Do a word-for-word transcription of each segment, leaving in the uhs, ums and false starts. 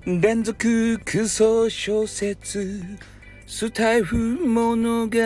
連続空想小説スタイフ物語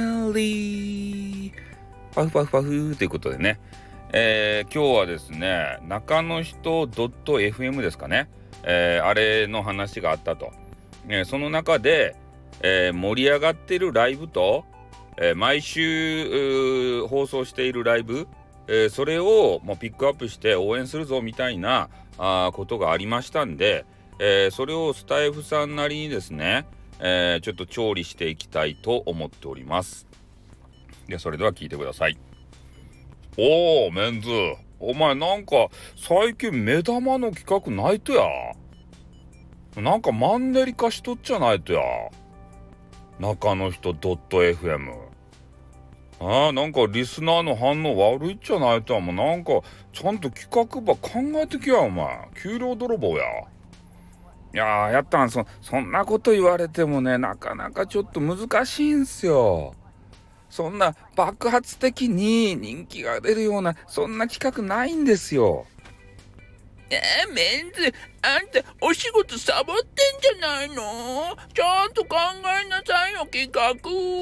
パフパフパフということでね、えー、今日はですね中の人 .fm ですかね、えー、あれの話があったと、えー、その中で、えー、盛り上がっているライブと、えー、毎週放送しているライブ、えー、それをもうピックアップして応援するぞみたいなあことがありましたんで、えー、それをスタイフさんなりにですね、えー、ちょっと調理していきたいと思っております。でそれでは聞いてください。おーメンズ、お前なんか最近目玉の企画ないとや。なんかマンネリ化しとっちゃないとや。中の人 .fm。ああ、なんかリスナーの反応悪いっちゃないとや。もうなんかちゃんと企画ば考えてきやお前。給料泥棒や。いやーやったんそそんなこと言われてもね、なかなかちょっと難しいんすよ。そんな爆発的に人気が出るようなそんな企画ないんですよ。 えー、メンズ、あんたお仕事サボってんじゃないの？ちゃんと考えなさいよ企画。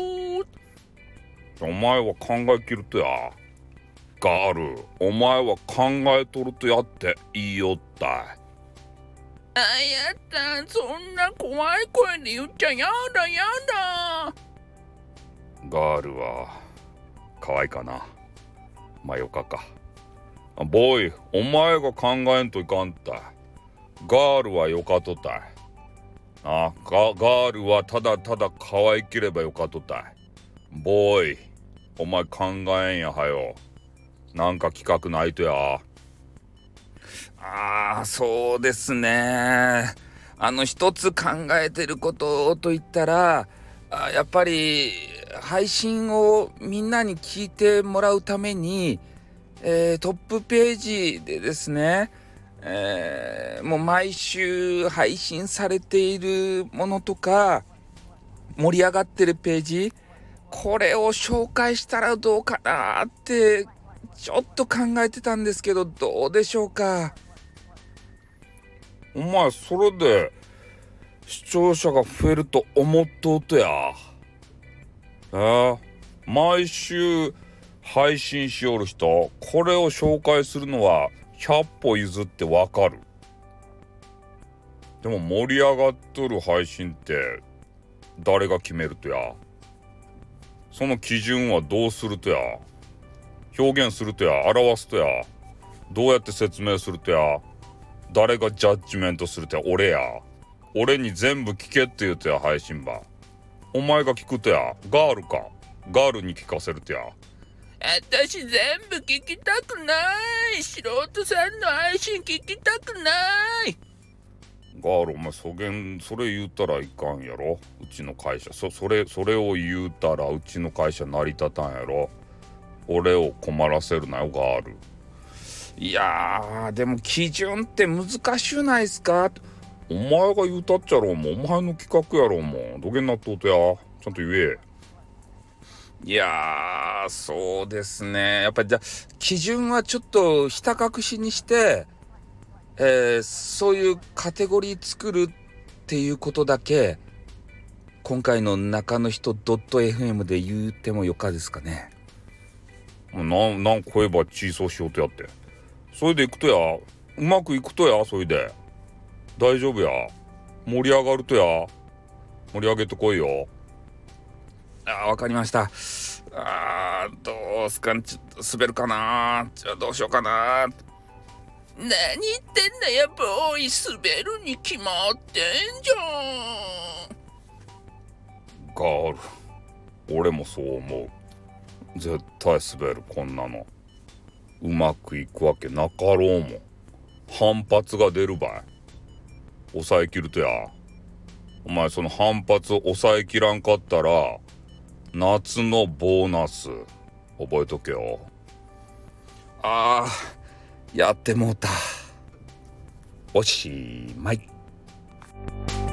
お前は考えきるとや。ガール、お前は考えとるとやって言いよったい。 あやった、そんな怖い声で言っちゃやだやだ。 ガールは可愛いかな。まあよかか。ボーイ、お前が考えんといかんたい。ガールはよかとたい。あガ、ガールはただただ可愛ければよかとたい。ボーイ、お前考えんやはよ。なんか企画ないとや。ああ、そうですね。あの一つ考えてることといったら、あやっぱり配信をみんなに聞いてもらうために、えー、トップページでですね、えー、もう毎週配信されているものとか盛り上がってるページ、これを紹介したらどうかなってちょっと考えてたんですけど、どうでしょうか。お前それで視聴者が増えると思っとうとや。えー、毎週配信しよる人、これを紹介するのはひゃっぽ譲ってわかる。でも盛り上がっとる配信って誰が決めるとや。その基準はどうするとや。表現するとや、表すとや、どうやって説明するとや、誰がジャッジメントするとや。俺や。俺に全部聞けって言うとや、配信場。お前が聞くとや。ガールか。ガールに聞かせるとや。 私全部聞きたくない。素人さんの配信聞きたくない。 ガール、お前そげんそれ言うたらいかんやろ。うちの会社そそれそれを言うたらうちの会社成り立たんやろ。俺を困らせるなよガール。いやーでも基準って難しゅないすか。お前が言うたっちゃろ。もうお前の企画やろ。もうどげんなっとうとや。ちゃんと言え。いやーそうですね。やっぱりじゃあ基準はちょっとひた隠しにして、えー、そういうカテゴリー作るっていうことだけ今回の中の人 .fm で言ってもよかですかね。ななん声ば小さしようとやって、それでいくとや、うまくいくとや、それで大丈夫や。盛り上がるとや、盛り上げてこいよ。あーわかりました。あーどうすかね、ちょっと滑るかな。じゃあどうしようかな。 何言ってんだよボーイ、滑るに決まってんじゃん。 ガール、俺もそう思う。絶対滑る。こんなのうまくいくわけなかろうもん。反発が出るばい。抑えきるとや。お前その反発を抑えきらんかったら夏のボーナス覚えとけよ。あーやってもうた。おしまい。